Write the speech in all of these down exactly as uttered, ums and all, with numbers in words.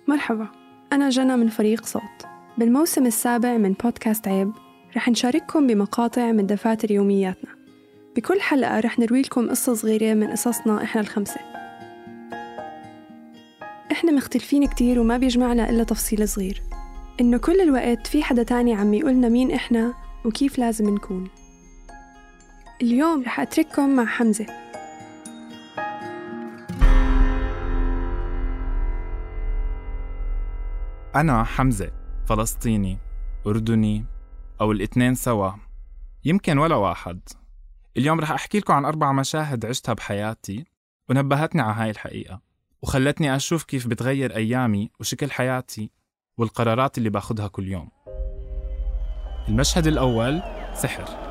مرحبا، أنا جنى من فريق صوت. بالموسم السابع من بودكاست عيب رح نشارككم بمقاطع من دفاتر يومياتنا. بكل حلقة رح نروي لكم قصة صغيرة من قصصنا إحنا الخمسة. إحنا مختلفين كتير وما بيجمعنا إلا تفصيل صغير، إنه كل الوقت في حدا تاني عم يقولنا مين إحنا وكيف لازم نكون. اليوم رح أترككم مع حمزة. أنا حمزة، فلسطيني، أردني، أو الاثنين سوا، يمكن ولا واحد. اليوم رح أحكي لكم عن أربع مشاهد عشتها بحياتي ونبهتني على هاي الحقيقة وخلتني أشوف كيف بتغير أيامي وشكل حياتي والقرارات اللي باخدها كل يوم. المشهد الأول سحر.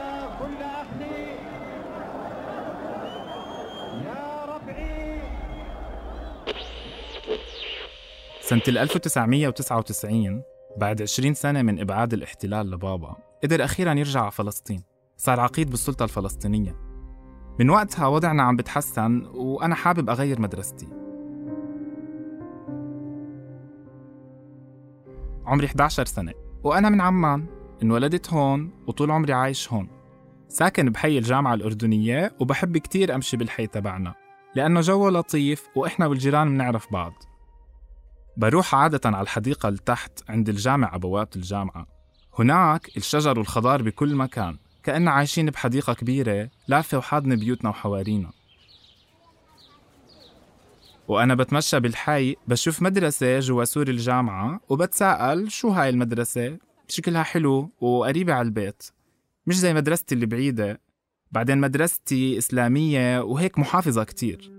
سنة ألف وتسعمية وتسعة وتسعين، بعد عشرين سنة من إبعاد الاحتلال لبابا، قدر أخيراً يرجع على فلسطين. صار عقيد بالسلطة الفلسطينية. من وقتها وضعنا عم بتحسن وأنا حابب أغير مدرستي. عمري إحدى عشرة سنة وأنا من عمان، انولدت هون وطول عمري عايش هون. ساكن بحي الجامعة الأردنية وبحب كتير أمشي بالحي تبعنا لأنه جوه لطيف وإحنا والجيران بنعرف بعض. بروح عادة على الحديقة لتحت عند الجامعة بوابة الجامعة. هناك الشجر والخضار بكل مكان، كأننا عايشين بحديقة كبيرة لافة وحاضنة بيوتنا وحوارينا. وأنا بتمشى بالحي بشوف مدرسة جوا سور الجامعة وبتساءل شو هاي المدرسة، شكلها حلو وقريبة على البيت، مش زي مدرستي اللي بعيدة. بعدين مدرستي إسلامية وهيك محافظة كتير.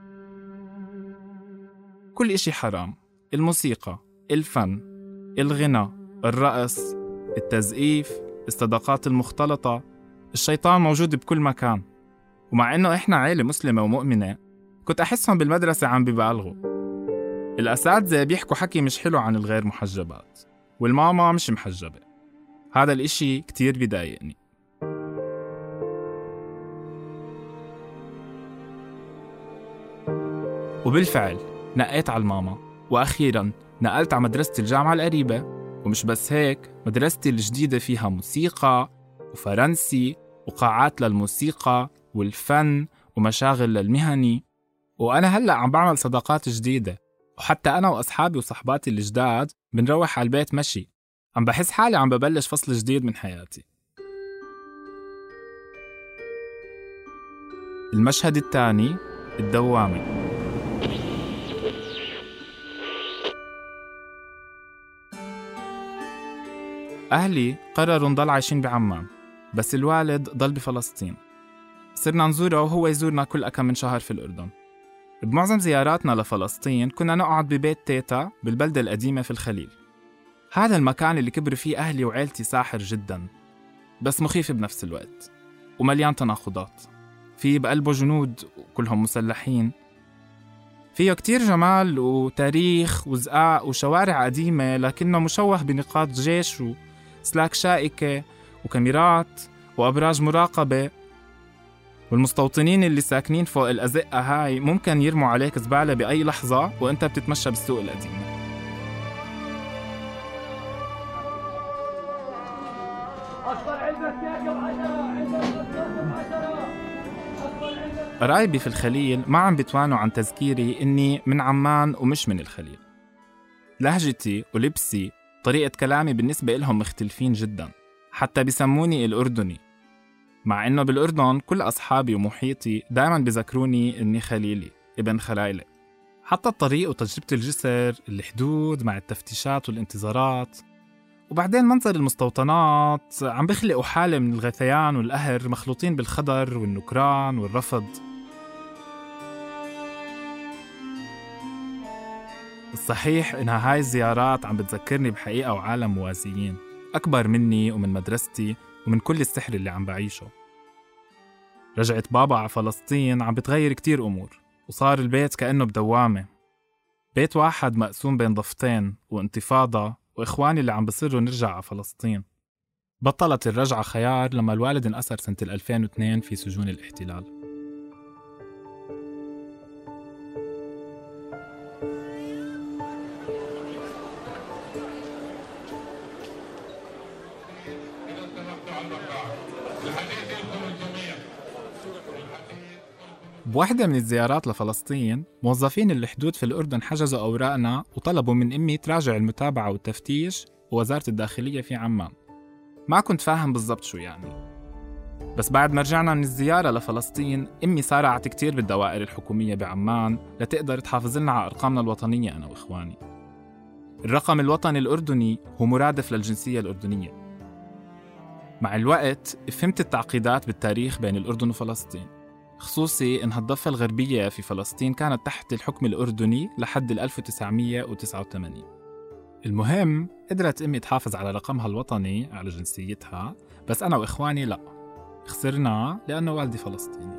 كل إشي حرام، الموسيقى، الفن، الغنى، الرقص، التزقيف، الصداقات المختلطة. الشيطان موجود بكل مكان. ومع إنه إحنا عائلة مسلمة ومؤمنة، كنت أحسهم بالمدرسة عم ببالغوا. الأساتذة بيحكوا حكي مش حلو عن الغير محجبات، والماما مش محجبة. هذا الإشي كتير بيضايقني. وبالفعل نقيت على الماما، وأخيراً نقلت على مدرسة الجامعة القريبة. ومش بس هيك، مدرستي الجديدة فيها موسيقى وفرنسي وقاعات للموسيقى والفن ومشاغل للمهني. وأنا هلأ عم بعمل صداقات جديدة، وحتى أنا وأصحابي وصحباتي الجداد بنروح على البيت مشي. عم بحس حالي عم ببلش فصل جديد من حياتي. المشهد الثاني، الدوامة. أهلي قرروا نضل عايشين بعمان، بس الوالد ضل بفلسطين. صرنا نزوره وهو يزورنا كل كم من شهر في الأردن. بمعظم زياراتنا لفلسطين كنا نقعد ببيت تيتا بالبلدة القديمة في الخليل. هذا المكان اللي كبر فيه أهلي وعيلتي ساحر جداً، بس مخيف بنفس الوقت ومليان تناقضات. فيه بقلبه جنود وكلهم مسلحين. فيه كتير جمال وتاريخ وزقاق وشوارع قديمة، لكنه مشوه بنقاط جيش وسلاك شائكة وكاميرات وأبراج مراقبة. والمستوطنين اللي ساكنين فوق الأزقة هاي ممكن يرموا عليك زبالة بأي لحظة وإنت بتتمشى بالسوق القديمة. قرايبي في الخليل ما عم بتوانوا عن تذكيري إني من عمان ومش من الخليل. لهجتي ولبسي طريقة كلامي بالنسبة لهم مختلفين جداً، حتى بيسموني الأردني، مع إنه بالأردن كل أصحابي ومحيطي دائماً بذكروني إني خليلي ابن خلايلة. حتى الطريق وتجربة الجسر، الحدود مع التفتيشات والانتظارات، وبعدين منظر المستوطنات عم بخلقوا حالة من الغثيان والقهر مخلوطين بالخضر والنكران والرفض. الصحيح إنها هاي الزيارات عم بتذكرني بحقيقة وعالم موازيين أكبر مني ومن مدرستي ومن كل السحر اللي عم بعيشه. رجعت بابا على فلسطين عم بتغير كتير أمور، وصار البيت كأنه بدوامة. بيت واحد مقسوم بين ضفتين وانتفاضة وإخواني اللي عم بصروا نرجع على فلسطين. بطلت الرجعة خيار لما الوالد انأسر سنة ألفين واثنين في سجون الاحتلال. بواحدة من الزيارات لفلسطين موظفين الحدود في الأردن حجزوا أوراقنا وطلبوا من أمي تراجع المتابعة والتفتيش ووزارة الداخلية في عمان. ما كنت فاهم بالضبط شو يعني، بس بعد ما رجعنا من الزيارة لفلسطين أمي سارعت كتير بالدوائر الحكومية بعمان لتقدر تحافظ لنا على أرقامنا الوطنية أنا وإخواني. الرقم الوطني الأردني هو مرادف للجنسية الأردنية. مع الوقت فهمت التعقيدات بالتاريخ بين الأردن وفلسطين، خصوصي إنها الضفة الغربية في فلسطين كانت تحت الحكم الأردني لحد ألف وتسعمية وتسعة وثمانين. المهم قدرت أمي تحافظ على رقمها الوطني على جنسيتها، بس أنا وإخواني لأ، خسرناه لأنه والدي فلسطيني.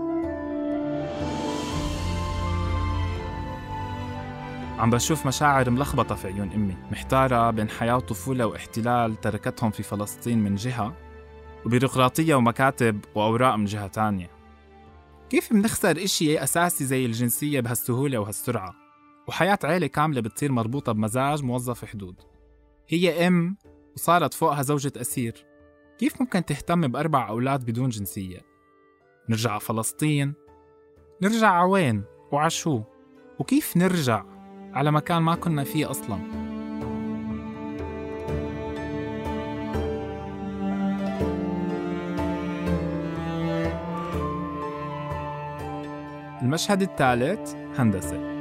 عم بشوف مشاعر ملخبطة في عيون أمي، محتارة بين حياة وطفولة واحتلال تركتهم في فلسطين من جهة، وبيروقراطية ومكاتب وأوراق من جهة تانية. كيف منخسر إشي أساسي زي الجنسية بهالسهولة وهالسرعة، وحياة عائلة كاملة بتصير مربوطة بمزاج موظف حدود؟ هي أم وصارت فوقها زوجة أسير، كيف ممكن تهتم بأربع أولاد بدون جنسية؟ نرجع على فلسطين؟ نرجع عوين وعشو؟ وكيف نرجع على مكان ما كنا فيه أصلاً؟ المشهد الثالث هندسة.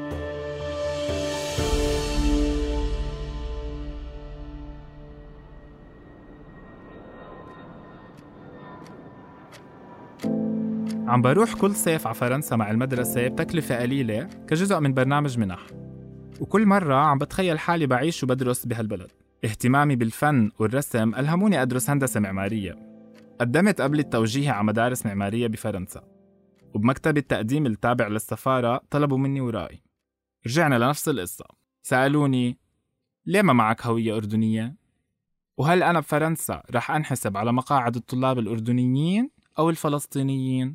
عم بروح كل صيف على فرنسا مع المدرسة بتكلفة قليلة كجزء من برنامج منح، وكل مرة عم بتخيل حالي بعيش وبدرس بهالبلد. اهتمامي بالفن والرسم ألهموني أدرس هندسة معمارية. قدمت قبل التوجيه على مدارس معمارية بفرنسا، وبمكتب التقديم التابع للسفارة طلبوا مني ورائي. رجعنا لنفس القصة، سألوني ليه ما معك هوية أردنية؟ وهل أنا بفرنسا رح أنحسب على مقاعد الطلاب الأردنيين أو الفلسطينيين؟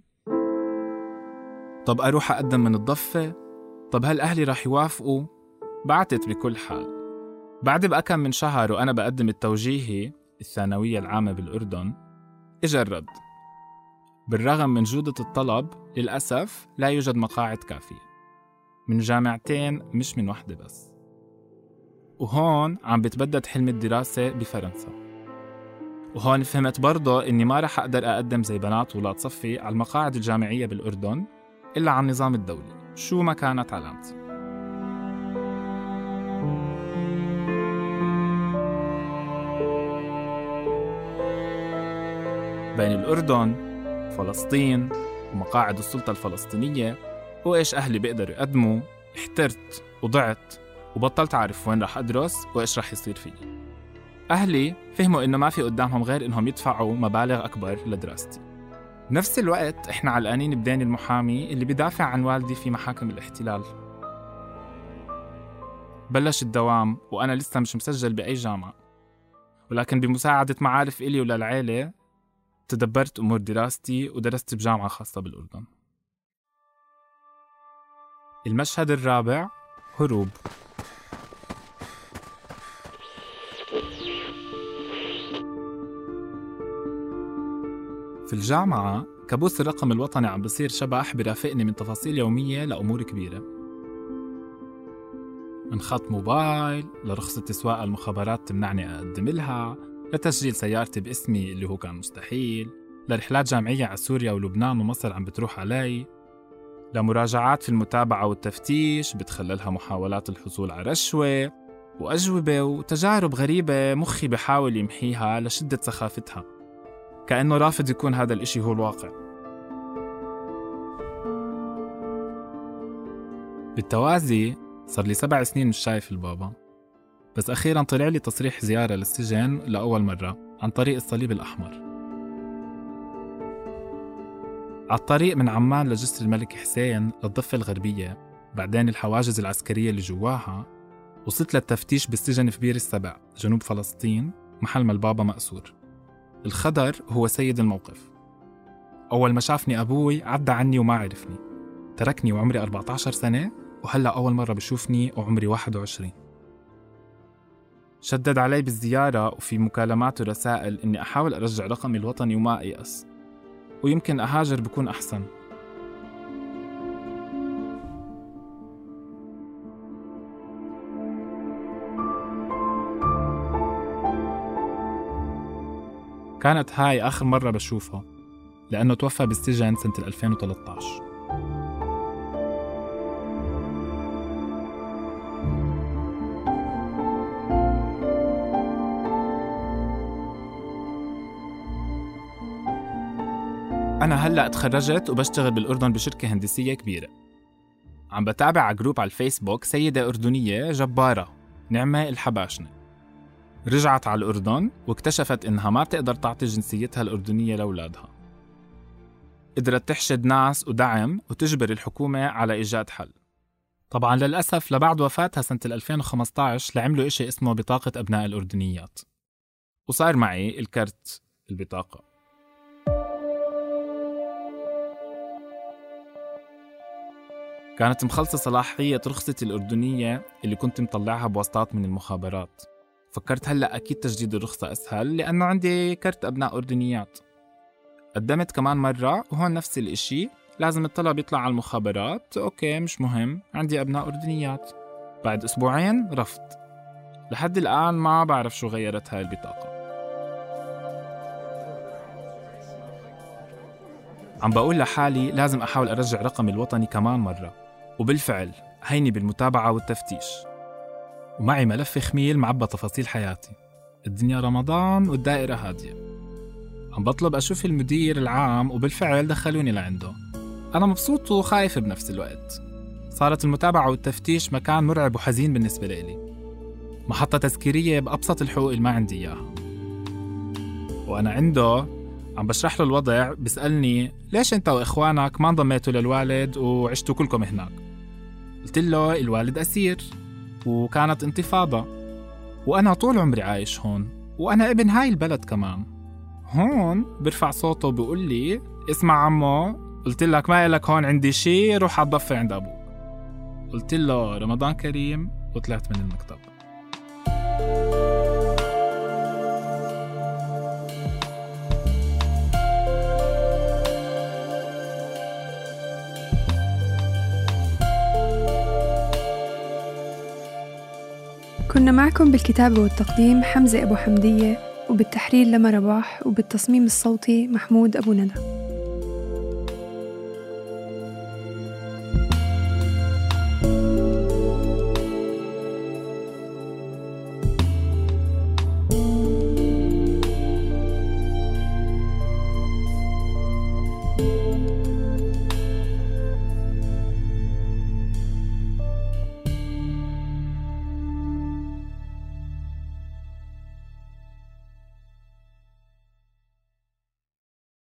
طب أروح أقدم من الضفة؟ طب هل أهلي رح يوافقوا؟ بعتت بكل حال. بعد بأكم من شهر وأنا بقدم التوجيهي الثانوية العامة بالأردن، إجا الرد. بالرغم من جودة الطلب للأسف لا يوجد مقاعد كافية من جامعتين مش من واحدة بس. وهون عم بتبدد حلم الدراسة بفرنسا، وهون فهمت برضه إني ما رح أقدر أقدم زي بنات ولاد صفي على المقاعد الجامعية بالأردن إلا على النظام الدولي شو ما كانت علامتي. بين الأردن، فلسطين، ومقاعد السلطة الفلسطينية، وإيش أهلي بيقدروا يقدموا، احترت وضعت وبطلت أعرف وين رح أدرس وإيش رح يصير فيي. أهلي فهموا إنه ما في قدامهم غير إنهم يدفعوا مبالغ أكبر لدراستي. بنفس الوقت إحنا علقانين بدين المحامي اللي بيدافع عن والدي في محاكم الاحتلال. بلش الدوام وأنا لسه مش مسجل بأي جامعة، ولكن بمساعدة معارف إلي وللعيلة تدبرت أمور دراستي ودرست بجامعة خاصة بالأردن. المشهد الرابع هروب. في الجامعة كابوس الرقم الوطني عم بصير شبح برافقني من تفاصيل يومية لأمور كبيرة، من خط موبايل لرخصة سواقة المخابرات تمنعني أقدم لها، لتسجيل سيارتي باسمي اللي هو كان مستحيل، لرحلات جامعية على سوريا ولبنان ومصر عم بتروح علي، لمراجعات في المتابعة والتفتيش بتخللها محاولات الحصول على رشوة، وأجوبة وتجارب غريبة مخي بحاول يمحيها لشدة سخافتها، كأنه رافض يكون هذا الإشي هو الواقع. بالتوازي صار لي سبع سنين مش شايف البابا، بس أخيراً طلع لي تصريح زيارة للسجن لأول مرة عن طريق الصليب الأحمر. على الطريق من عمان لجسر الملك حسين للضفة الغربية، بعدين الحواجز العسكرية اللي جواها، وصلت للتفتيش بالسجن في بير السبع جنوب فلسطين محل ما البابا مأسور. الخضر هو سيد الموقف. أول ما شافني أبوي عدى عني وما عرفني، تركني وعمري أربعة عشر سنة، وهلأ أول مرة بشوفني وعمري واحد وعشرين. شدد علي بالزيارة وفي مكالمات ورسائل إني أحاول أرجع رقمي الوطني وما أيأس، ويمكن أهاجر بكون أحسن. كانت هاي آخر مرة بشوفه لأنه توفى بالسجن سنة ألفين وثلاثة عشر. أنا هلأ تخرجت وبشتغل بالأردن بشركة هندسية كبيرة. عم بتابع على جروب على الفيسبوك سيدة أردنية جبارة، نعمة الحباشنة. رجعت على الأردن واكتشفت إنها ما بتقدر تعطي جنسيتها الأردنية لأولادها. قدرت تحشد ناس ودعم وتجبر الحكومة على إيجاد حل. طبعاً للأسف لبعد وفاتها سنة ألفين وخمسة عشر لعملوا إشي اسمه بطاقة أبناء الأردنيات، وصار معي الكرت البطاقة. كانت مخلصة صلاحية رخصتي الأردنية اللي كنت مطلعها بواسطات من المخابرات. فكرت هلأ أكيد تجديد الرخصة أسهل لأنه عندي كرت أبناء أردنيات. قدمت كمان مرة وهون نفس الإشي، لازم الطلب يطلع على المخابرات. أوكي مش مهم، عندي أبناء أردنيات. بعد أسبوعين رفض. لحد الآن ما بعرف شو غيرت هاي البطاقة. عم بقول لحالي لازم أحاول أرجع رقمي الوطني كمان مرة، وبالفعل هيني بالمتابعة والتفتيش، ومعي ملف خميل معبى تفاصيل حياتي. الدنيا رمضان والدائرة هادية. عم بطلب أشوف المدير العام وبالفعل دخلوني لعنده. أنا مبسوط وخايف بنفس الوقت. صارت المتابعة والتفتيش مكان مرعب وحزين بالنسبة لي، محطة تذكيرية بأبسط الحقوق اللي ما عندي إياها. وأنا عنده عم بشرح له الوضع بسألني ليش أنت وإخوانك ما انضميتوا للوالد وعشتوا كلكم هناك؟ قلت له الوالد أسير وكانت انتفاضة، وأنا طول عمري عايش هون، وأنا ابن هاي البلد كمان. هون برفع صوته وبيقول لي اسمع عمو، قلت لك ما إلك هون عندي شي، روح أتضفي عند أبوك. قلت له رمضان كريم وطلعت من المكتب. كنا معكم بالكتابة والتقديم حمزة أبو حمدية، وبالتحرير لما رباح، وبالتصميم الصوتي محمود أبو ندى.